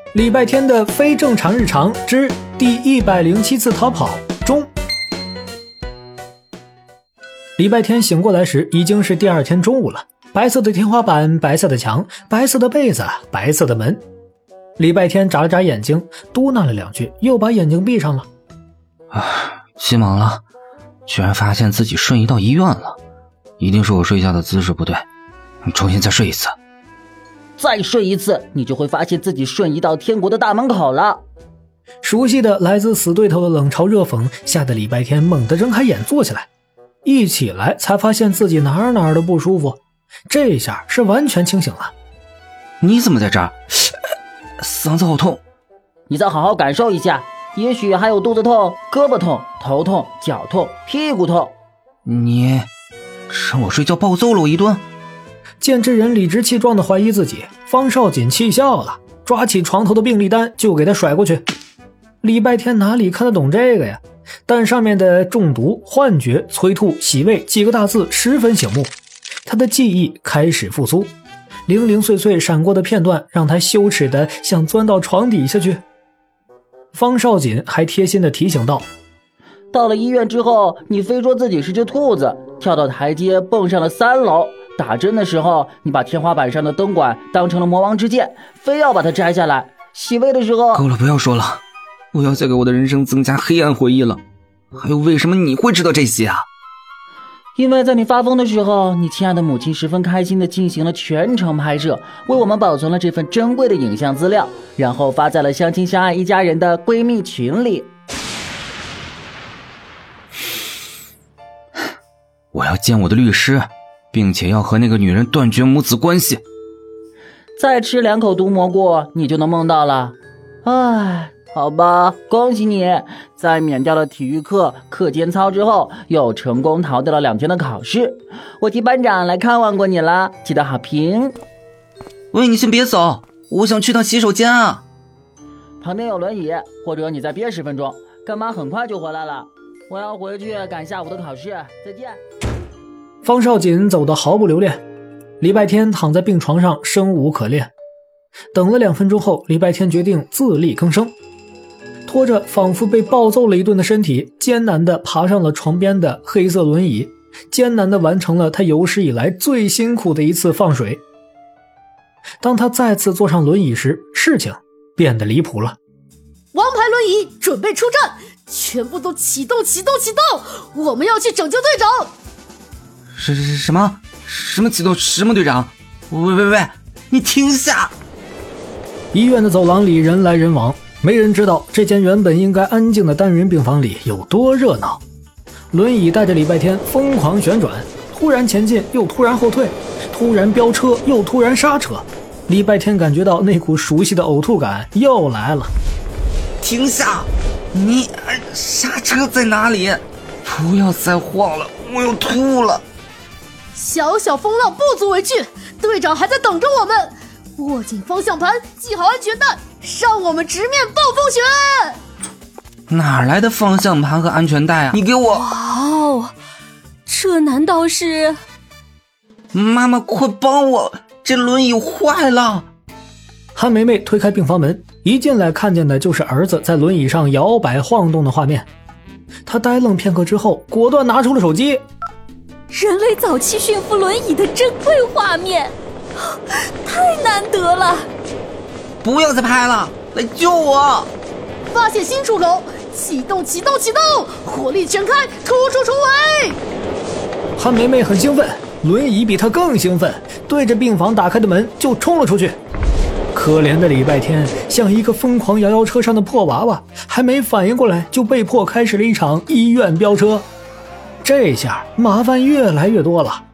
礼拜天的非正常日常之第107次逃跑中。礼拜天醒过来时已经是第二天中午了，白色的天花板，白色的墙，白色的被子，白色的门。礼拜天眨了眨眼睛，嘟囔了两句，又把眼睛闭上了。 起猛了，居然发现自己瞬移到医院了，一定是我睡觉的姿势不对，重新再睡一次。 再睡一次，你就会发现自己瞬移到天国的大门口了。 熟悉的来自死对头的冷嘲热讽吓得礼拜天猛地睁开眼坐起来，一起来才发现自己哪儿都不舒服，这下是完全清醒了。 你怎么在这儿？嗓子好痛。 你再好好感受一下，也许还有肚子痛、胳膊痛、头痛、脚痛、屁股痛。 你趁我睡觉暴揍了我一顿？ 见这人理直气壮地怀疑自己，方少锦气笑了，抓起床头的病历单就给他甩过去。礼拜天哪里看得懂这个呀？但上面的中毒、幻觉、催吐、洗胃几个大字十分醒目，他的记忆开始复苏，零零碎碎闪过的片段让他羞耻得想钻到床底下去。方少锦还贴心地提醒道， 到了医院之后，你非说自己是只兔子，跳到台阶蹦上了3楼，打针的时候你把天花板上的灯管当成了魔王之剑，非要把它摘下来，洗胃的时候…… 够了，不要说了，不要再给我的人生增加黑暗回忆了。还有，为什么你会知道这些啊？ 因为在你发疯的时候，你亲爱的母亲十分开心地进行了全程拍摄，为我们保存了这份珍贵的影像资料，然后发在了相亲相爱一家人的闺蜜群里。 我要见我的律师，并且要和那个女人断绝母子关系。 再吃2口毒蘑菇，你就能梦到了。唉，好吧，恭喜你，在免掉了体育课、课间操之后，又成功逃掉了2天的考试。我替班长来看望过你了，记得好评。 喂，你先别走，我想去趟洗手间啊。 旁边有轮椅，或者你再憋10分钟，干妈很快就回来了。我要回去赶下午的考试，再见。 方少锦走得毫不留恋，礼拜天躺在病床上生无可恋。等了2分钟后，礼拜天决定自力更生，拖着仿佛被暴揍了一顿的身体，艰难地爬上了床边的黑色轮椅，艰难地完成了他有史以来最辛苦的一次放水。当他再次坐上轮椅时，事情变得离谱了。 王牌轮椅准备出战，全部都启动！我们要去拯救队长！ 什么启动？什么队长？喂，你停下！ 医院的走廊里人来人往，没人知道这间原本应该安静的单人病房里有多热闹。轮椅带着礼拜天疯狂旋转，突然前进又突然后退，突然飙车又突然刹车。礼拜天感觉到那股熟悉的呕吐感又来了。 停下！你刹车在哪里？不要再晃了，我要吐了。 小风浪不足为惧，队长还在等着我们。握紧方向盘，系好安全带，让我们直面暴风雪！ 哪来的方向盘和安全带啊？你给我！ 哇哦，这难道是…… 妈妈，快帮我！这轮椅坏了！ 韩梅梅推开病房门，一进来看见的就是儿子在轮椅上摇摆晃动的画面。她呆愣片刻之后，果断拿出了手机。 人类早期驯服轮椅的珍贵画面，太难得了！ 不要再拍了，来救我！ 发现新出口，启动！火力全开，突出重围！ 韩梅梅很兴奋，轮椅比她更兴奋，对着病房打开的门就冲了出去。可怜的礼拜天像一个疯狂摇摇车上的破娃娃，还没反应过来就被迫开始了一场医院飙车。这下麻烦越来越多了。